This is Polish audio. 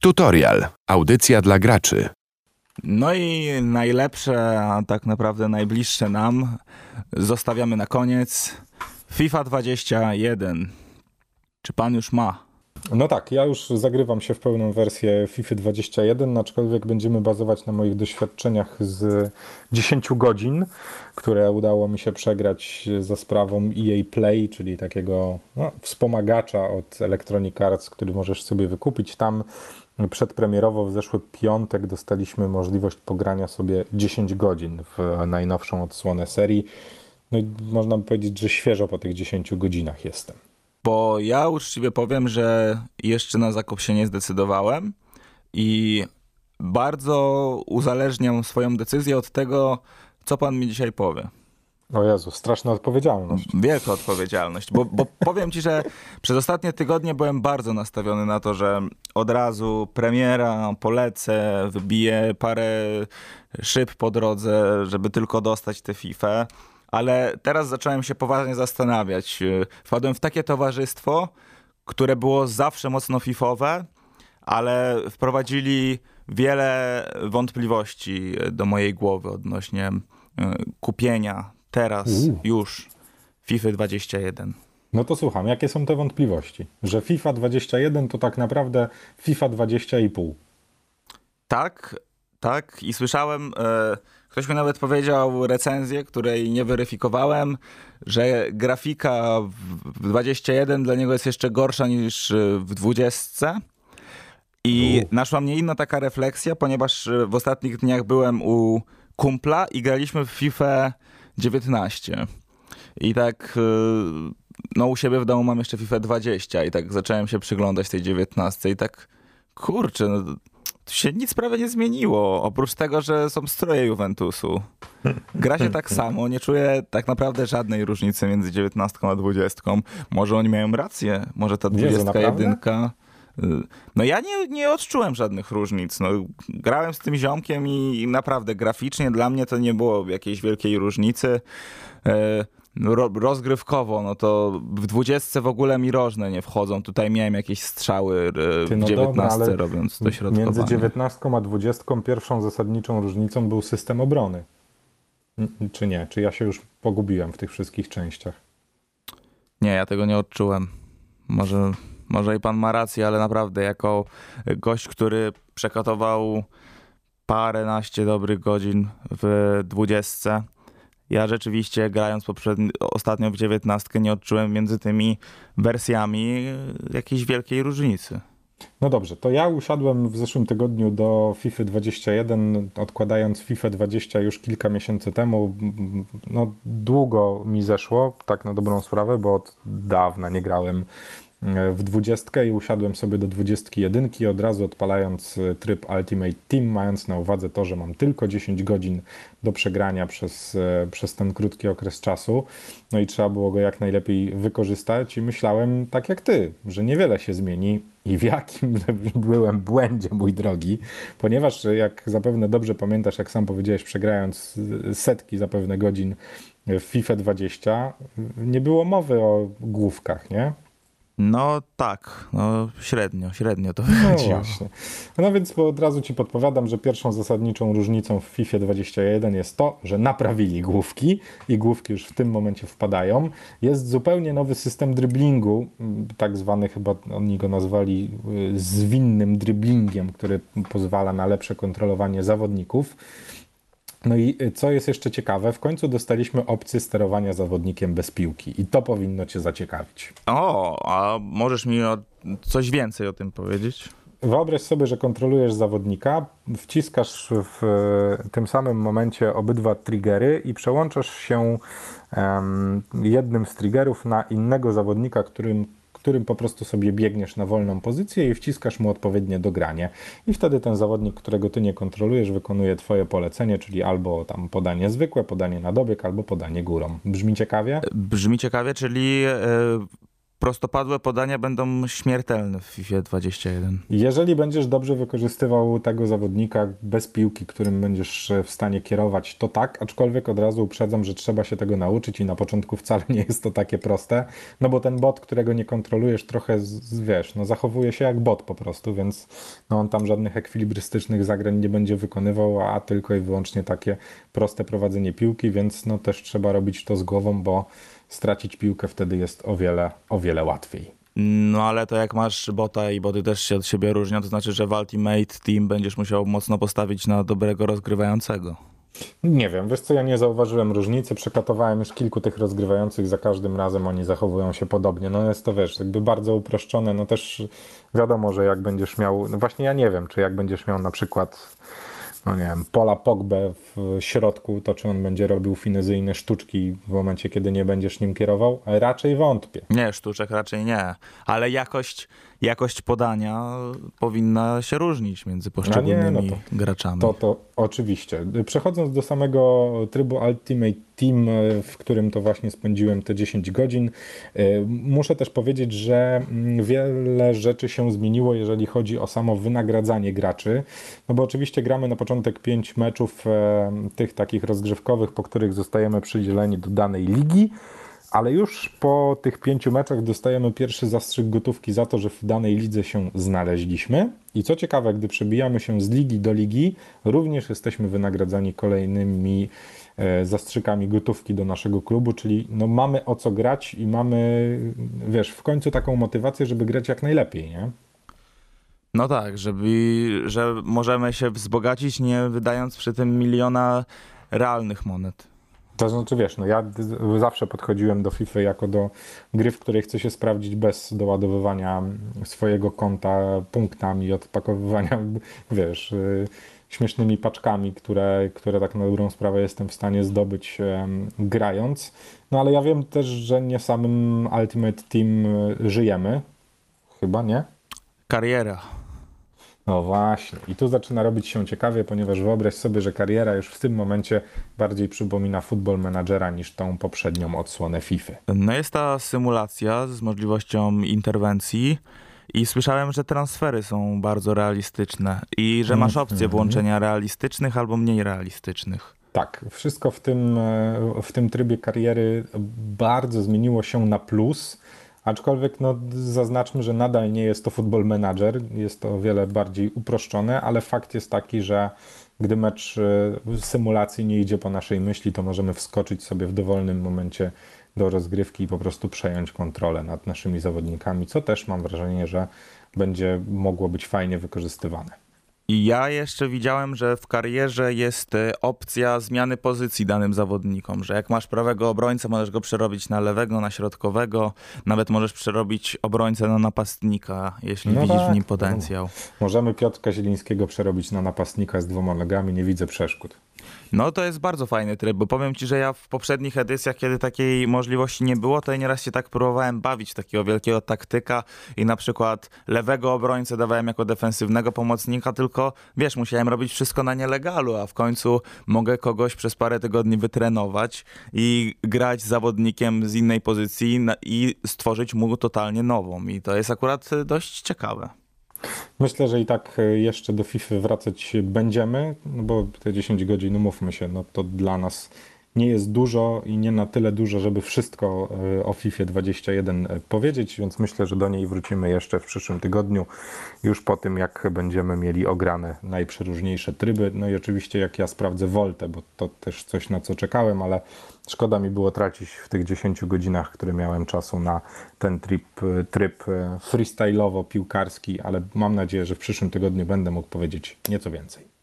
Tutorial. Audycja dla graczy. No i najlepsze, a tak naprawdę najbliższe nam zostawiamy na koniec. FIFA 21. Czy pan już ma? No tak, ja już zagrywam się w pełną wersję FIFA 21, aczkolwiek będziemy bazować na moich doświadczeniach z 10 godzin, które udało mi się przegrać za sprawą EA Play, czyli takiego wspomagacza od Electronic Arts, który możesz sobie wykupić. Tam przedpremierowo w zeszły piątek dostaliśmy możliwość pogrania sobie 10 godzin w najnowszą odsłonę serii. No i można by powiedzieć, że świeżo po tych 10 godzinach jestem. Bo ja uczciwie powiem, że jeszcze na zakup się nie zdecydowałem i bardzo uzależniam swoją decyzję od tego, co pan mi dzisiaj powie. O Jezu, straszna odpowiedzialność. Wielka odpowiedzialność, bo powiem ci, że przez ostatnie tygodnie byłem bardzo nastawiony na to, że od razu premiera, polecę, wybiję parę szyb po drodze, żeby tylko dostać tę FIFA. Ale teraz zacząłem się poważnie zastanawiać. Wpadłem w takie towarzystwo, które było zawsze mocno fifowe, ale wprowadzili wiele wątpliwości do mojej głowy odnośnie kupienia teraz już FIFA 21. No to słucham, jakie są te wątpliwości? Że FIFA 21 to tak naprawdę FIFA 20,5. Tak i słyszałem... Ktoś mi nawet powiedział recenzję, której nie weryfikowałem, że grafika w 21 dla niego jest jeszcze gorsza niż w 20. I naszła mnie inna taka refleksja, ponieważ w ostatnich dniach byłem u kumpla i graliśmy w FIFA 19. I tak u siebie w domu mam jeszcze FIFA 20 i tak zacząłem się przyglądać tej 19 i tak kurczę, tu się nic prawie nie zmieniło, oprócz tego, że są stroje Juventusu. Gra się tak samo, nie czuję tak naprawdę żadnej różnicy między 19 a 20. Może oni mają rację, może ta 21. No ja nie odczułem żadnych różnic. No, grałem z tym ziomkiem i naprawdę graficznie dla mnie to nie było jakiejś wielkiej różnicy. Rozgrywkowo, no to w 20 w ogóle mi rożne nie wchodzą. Tutaj miałem jakieś strzały w 19 dobra, robiąc dośrodkowanie. Między 19 a 20 pierwszą zasadniczą różnicą był system obrony. Czy nie? Czy ja się już pogubiłem w tych wszystkich częściach? Nie, ja tego nie odczułem. Może i pan ma rację, ale naprawdę jako gość, który przekatował paręnaście dobrych godzin w 20, ja rzeczywiście grając ostatnio w 19 nie odczułem między tymi wersjami jakiejś wielkiej różnicy. No dobrze, to ja usiadłem w zeszłym tygodniu do FIFA 21, odkładając FIFA 20 już kilka miesięcy temu. No długo mi zeszło, tak na dobrą sprawę, bo od dawna nie grałem w 20 i usiadłem sobie do 21 od razu odpalając tryb Ultimate Team, mając na uwadze to, że mam tylko 10 godzin do przegrania przez ten krótki okres czasu. No i trzeba było go jak najlepiej wykorzystać i myślałem tak jak ty, że niewiele się zmieni i w jakim byłem błędzie, mój drogi, ponieważ jak zapewne dobrze pamiętasz, jak sam powiedziałeś, przegrając setki zapewne godzin w FIFA 20, nie było mowy o główkach, nie? No tak, średnio to wychodziło. No właśnie. No więc od razu ci podpowiadam, że pierwszą zasadniczą różnicą w FIFA 21 jest to, że naprawili główki i główki już w tym momencie wpadają. Jest zupełnie nowy system driblingu, tak zwany chyba oni go nazwali zwinnym driblingiem, który pozwala na lepsze kontrolowanie zawodników. No i co jest jeszcze ciekawe, w końcu dostaliśmy opcję sterowania zawodnikiem bez piłki i to powinno cię zaciekawić. A możesz mi coś więcej o tym powiedzieć? Wyobraź sobie, że kontrolujesz zawodnika, wciskasz w tym samym momencie obydwa triggery i przełączasz się jednym z triggerów na innego zawodnika, którym po prostu sobie biegniesz na wolną pozycję i wciskasz mu odpowiednie dogranie. I wtedy ten zawodnik, którego ty nie kontrolujesz, wykonuje twoje polecenie, czyli albo tam podanie zwykłe, podanie na dobieg, albo podanie górą. Brzmi ciekawie? Brzmi ciekawie, czyli prostopadłe podania będą śmiertelne w FIFA 21. Jeżeli będziesz dobrze wykorzystywał tego zawodnika bez piłki, którym będziesz w stanie kierować, to tak, aczkolwiek od razu uprzedzam, że trzeba się tego nauczyć i na początku wcale nie jest to takie proste, no bo ten bot, którego nie kontrolujesz, trochę, wiesz, no zachowuje się jak bot po prostu, więc no on tam żadnych ekwilibrystycznych zagrań nie będzie wykonywał, a tylko i wyłącznie takie proste prowadzenie piłki, więc no też trzeba robić to z głową, bo stracić piłkę wtedy jest o wiele łatwiej. No ale to jak masz bota i boty też się od siebie różnią, to znaczy, że w Ultimate Team będziesz musiał mocno postawić na dobrego rozgrywającego. Nie wiem, wiesz co, ja nie zauważyłem różnicy, przekatowałem już kilku tych rozgrywających, za każdym razem oni zachowują się podobnie, no jest to, wiesz, jakby bardzo uproszczone, no też wiadomo, że jak będziesz miał, no właśnie ja nie wiem, czy jak będziesz miał na przykład, no nie wiem, Paula Pogbę w środku, to czy on będzie robił finezyjne sztuczki w momencie, kiedy nie będziesz nim kierował? Raczej wątpię. Nie, sztuczek raczej nie, ale jakość podania powinna się różnić między poszczególnymi graczami. To oczywiście. Przechodząc do samego trybu Ultimate Team, w którym to właśnie spędziłem te 10 godzin, muszę też powiedzieć, że wiele rzeczy się zmieniło, jeżeli chodzi o samo wynagradzanie graczy, no bo oczywiście gramy na początek 5 meczów tych takich rozgrzewkowych, po których zostajemy przydzieleni do danej ligi, ale już po tych 5 meczach dostajemy pierwszy zastrzyk gotówki za to, że w danej lidze się znaleźliśmy. I co ciekawe, gdy przebijamy się z ligi do ligi, również jesteśmy wynagradzani kolejnymi zastrzykami gotówki do naszego klubu, czyli no mamy o co grać i mamy, wiesz, w końcu taką motywację, żeby grać jak najlepiej, nie? No tak, że możemy się wzbogacić, nie wydając przy tym miliona realnych monet. To znaczy, wiesz, no ja zawsze podchodziłem do FIFA jako do gry, w której chcę się sprawdzić bez doładowywania swojego konta punktami, odpakowywania, wiesz, śmiesznymi paczkami, które tak na dobrą sprawę jestem w stanie zdobyć grając. No ale ja wiem też, że nie samym Ultimate Team żyjemy. Chyba, nie? Kariera. No właśnie. I tu zaczyna robić się ciekawie, ponieważ wyobraź sobie, że kariera już w tym momencie bardziej przypomina Football Managera niż tą poprzednią odsłonę FIFA. No jest ta symulacja z możliwością interwencji i słyszałem, że transfery są bardzo realistyczne i że masz opcję włączenia realistycznych albo mniej realistycznych. Tak, wszystko w tym trybie kariery bardzo zmieniło się na plus. Aczkolwiek no, zaznaczmy, że nadal nie jest to Football Manager, jest to o wiele bardziej uproszczone, ale fakt jest taki, że gdy mecz symulacji nie idzie po naszej myśli, to możemy wskoczyć sobie w dowolnym momencie do rozgrywki i po prostu przejąć kontrolę nad naszymi zawodnikami, co też mam wrażenie, że będzie mogło być fajnie wykorzystywane. I ja jeszcze widziałem, że w karierze jest opcja zmiany pozycji danym zawodnikom, że jak masz prawego obrońcę, możesz go przerobić na lewego, na środkowego, nawet możesz przerobić obrońcę na napastnika, jeśli widzisz w nim potencjał. Możemy Piotrka Zielińskiego przerobić na napastnika z 2 nogami, nie widzę przeszkód. No to jest bardzo fajny tryb, bo powiem ci, że ja w poprzednich edycjach, kiedy takiej możliwości nie było, to ja nieraz się tak próbowałem bawić w takiego wielkiego taktyka i na przykład lewego obrońcę dawałem jako defensywnego pomocnika, tylko wiesz, musiałem robić wszystko na nielegalu, a w końcu mogę kogoś przez parę tygodni wytrenować i grać z zawodnikiem z innej pozycji i stworzyć mu totalnie nową i to jest akurat dość ciekawe. Myślę, że i tak jeszcze do FIFA wracać będziemy, no bo te 10 godzin, umówmy się, no to dla nas nie jest dużo i nie na tyle dużo, żeby wszystko o FIFA 21 powiedzieć, więc myślę, że do niej wrócimy jeszcze w przyszłym tygodniu, już po tym, jak będziemy mieli ograne najprzeróżniejsze tryby. No i oczywiście jak ja sprawdzę Voltę, bo to też coś, na co czekałem, ale szkoda mi było tracić w tych 10 godzinach, które miałem czasu na ten tryb freestyle'owo-piłkarski, ale mam nadzieję, że w przyszłym tygodniu będę mógł powiedzieć nieco więcej.